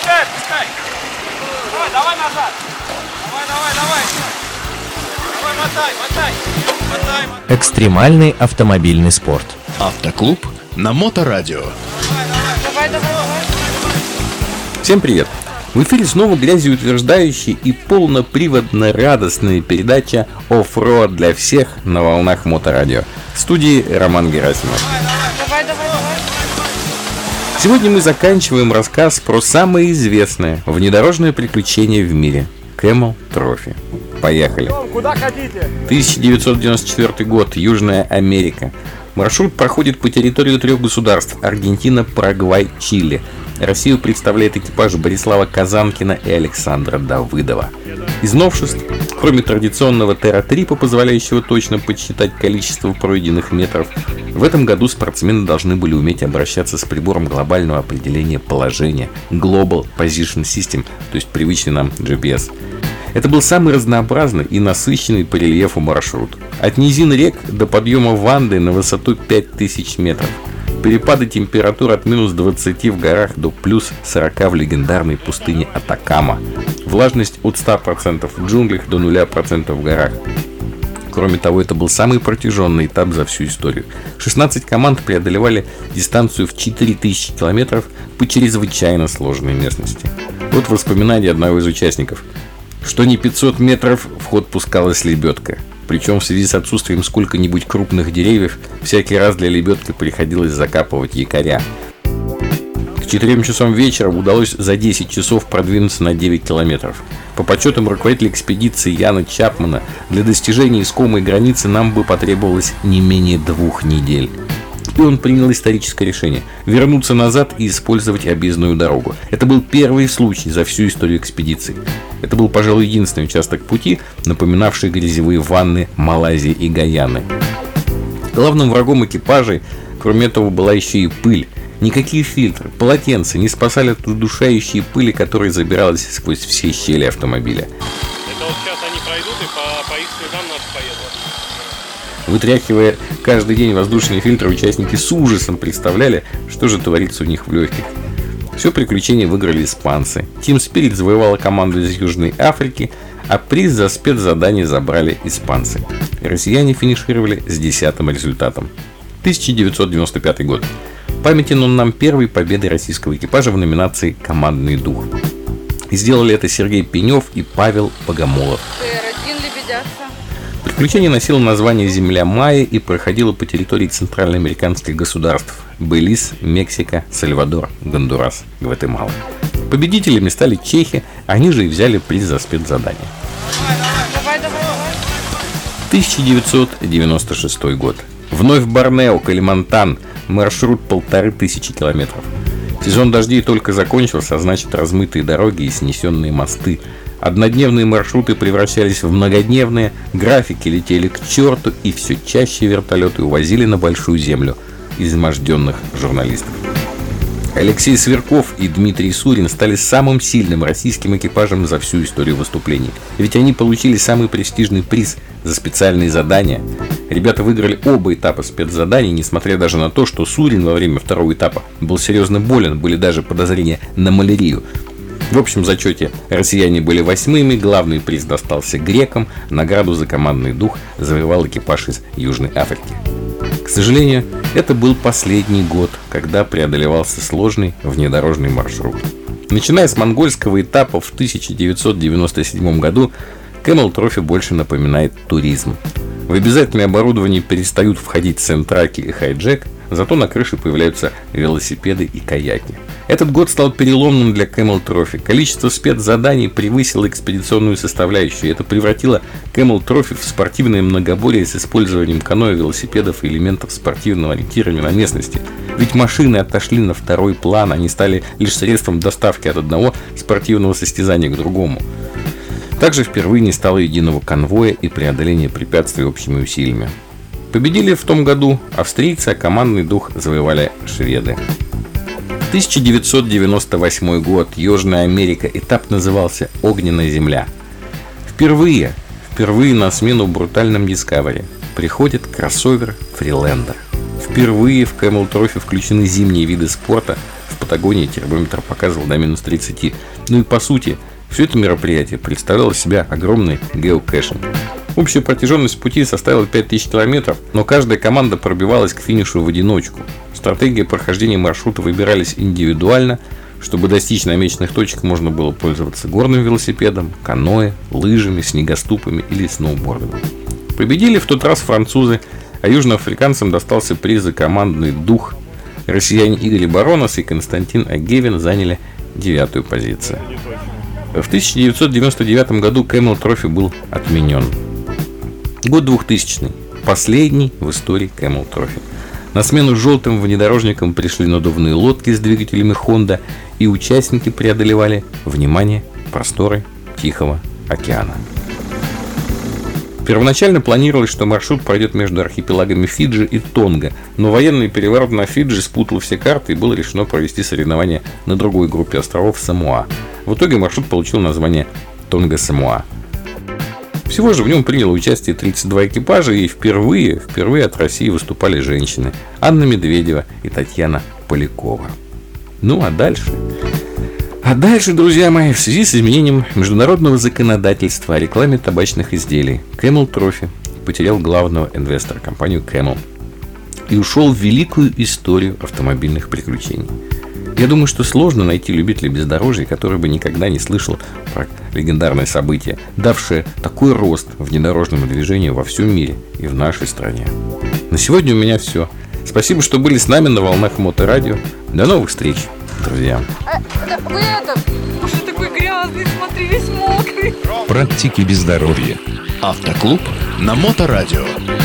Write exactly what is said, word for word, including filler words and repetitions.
Отпускай, отпускай. Давай, давай назад. Давай, давай, давай. Давай, мотай, мотай. Мотай, мотай. Экстремальный автомобильный спорт. Автоклуб на Моторадио. Давай, давай, давай. Всем привет! В эфире снова грязеутверждающая и полноприводно-радостная передача «Оффроад для всех» на волнах Моторадио. В студии Роман Герасимов. Давай, давай, давай. Сегодня мы заканчиваем рассказ про самое известное внедорожное приключение в мире – Camel Trophy. Поехали! Куда хотите? тысяча девятьсот девяносто четвёртый год, Южная Америка. Маршрут проходит по территории трех государств – Аргентина, Парагвай, Чили. Россию представляет экипаж Борислава Казанкина и Александра Давыдова. Из новшеств, кроме традиционного терратрипа, позволяющего точно подсчитать количество пройденных метров, в этом году спортсмены должны были уметь обращаться с прибором глобального определения положения Global Position System, то есть привычный нам джи пи эс. Это был самый разнообразный и насыщенный по рельефу маршрут. От низин рек до подъема Ванды на высоту пять тысяч метров. Перепады температур от минус двадцати в горах до плюс сорока в легендарной пустыне Атакама. Влажность от ста процентов в джунглях до нуля процентов в горах. Кроме того, это был самый протяженный этап за всю историю. шестнадцать команд преодолевали дистанцию в четыре тысячи километров по чрезвычайно сложной местности. Вот воспоминания одного из участников. Что не пятьсот метров, в ход пускалась лебедка. Причем в связи с отсутствием сколько-нибудь крупных деревьев, всякий раз для лебедки приходилось закапывать якоря. К четырем часам вечера удалось за десять часов продвинуться на девять километров. По подсчетам руководителя экспедиции Яна Чапмана, для достижения искомой границы нам бы потребовалось не менее двух недель. И он принял историческое решение – вернуться назад и использовать объездную дорогу. Это был первый случай за всю историю экспедиции. Это был, пожалуй, единственный участок пути, напоминавший грязевые ванны Малайзии и Гаяны. Главным врагом экипажей, кроме этого, была еще и пыль. Никакие фильтры, полотенца не спасали от удушающей пыли, которая забиралась сквозь все щели автомобиля. Это вот сейчас они пройдут и по, по их следам нас поедут. Вытряхивая каждый день воздушные фильтры, участники с ужасом представляли, что же творится у них в легких. Все приключение выиграли испанцы. Team Spirit завоевала команду из Южной Африки, а приз за спецзадание забрали испанцы. Россияне финишировали с десятым результатом. тысяча девятьсот девяносто пятый год. Памятен он нам первой победой российского экипажа в номинации «Командный дух». И сделали это Сергей Пенев и Павел Богомолов. Приключение носило название «Земля Майя» и проходило по территории центральноамериканских государств – Белиз, Мексика, Сальвадор, Гондурас, Гватемала. Победителями стали чехи, они же и взяли приз за спецзадание. тысяча девятьсот девяносто шестой год. Вновь Борнео, Калимантан, маршрут полторы тысячи километров. Сезон дождей только закончился, а значит размытые дороги и снесенные мосты. Однодневные маршруты превращались в многодневные, графики летели к черту, и все чаще вертолеты увозили на большую землю изможденных журналистов. Алексей Сверков и Дмитрий Сурин стали самым сильным российским экипажем за всю историю выступлений. Ведь они получили самый престижный приз за специальные задания. Ребята выиграли оба этапа спецзаданий, несмотря даже на то, что Сурин во время второго этапа был серьезно болен, были даже подозрения на малярию. В общем зачете россияне были восьмыми, главный приз достался грекам, награду за командный дух завоевал экипаж из Южной Африки. К сожалению, это был последний год, когда преодолевался сложный внедорожный маршрут. Начиная с монгольского этапа в тысяча девятьсот девяносто седьмом году, Camel Trophy больше напоминает туризм. В обязательное оборудование перестают входить сентраки и хайджек, зато на крыше появляются велосипеды и каяки. Этот год стал переломным для Camel Trophy. Количество спецзаданий превысило экспедиционную составляющую. Это превратило Camel Trophy в спортивное многоборье с использованием каноэ, велосипедов и элементов спортивного ориентирования на местности. Ведь машины отошли на второй план, они стали лишь средством доставки от одного спортивного состязания к другому. Также впервые не стало единого конвоя и преодоления препятствий общими усилиями. Победили в том году австрийцы, а командный дух завоевали шведы. тысяча девятьсот девяносто восьмой год, Южная Америка, этап назывался «Огненная земля». Впервые, впервые на смену брутальным Discovery приходит кроссовер Freelander. Впервые в Camel Trophy включены зимние виды спорта, в Патагонии термометр показывал до минус тридцати. Ну и по сути, все это мероприятие представляло из себя огромный геокэшинг. Общая протяженность пути составила пять тысяч километров, но каждая команда пробивалась к финишу в одиночку. Стратегия прохождения маршрута выбирались индивидуально. Чтобы достичь намеченных точек, можно было пользоваться горным велосипедом, каноэ, лыжами, снегоступами или сноубордом. Победили в тот раз французы, а южноафриканцам достался приз за командный дух. Россияне Игорь Баронос и Константин Агевин заняли девятую позицию. В тысяча девятьсот девяносто девятом году Camel Trophy был отменен. Год двухтысячный. Последний в истории Camel Trophy. На смену желтым внедорожникам пришли надувные лодки с двигателями Honda, и участники преодолевали, внимание, просторы Тихого океана. Первоначально планировалось, что маршрут пройдет между архипелагами Фиджи и Тонга, но военный переворот на Фиджи спутал все карты, и было решено провести соревнования на другой группе островов Самоа. В итоге маршрут получил название Тонга-Самоа. Всего же в нем приняло участие тридцать два экипажа, и впервые, впервые от России выступали женщины Анна Медведева и Татьяна Полякова. Ну а дальше... А дальше, друзья мои, в связи с изменением международного законодательства о рекламе табачных изделий, Camel Trophy потерял главного инвестора, компанию Camel, и ушел в великую историю автомобильных приключений. Я думаю, что сложно найти любителя бездорожья, который бы никогда не слышал про легендарное событие, давшее такой рост внедорожному движению во всем мире и в нашей стране. На сегодня у меня все. Спасибо, что были с нами на волнах Моторадио. До новых встреч, друзья. А, да, вы это, уже такой грязный, смотри, весь мокрый. Практики бездорожья. Автоклуб на Моторадио.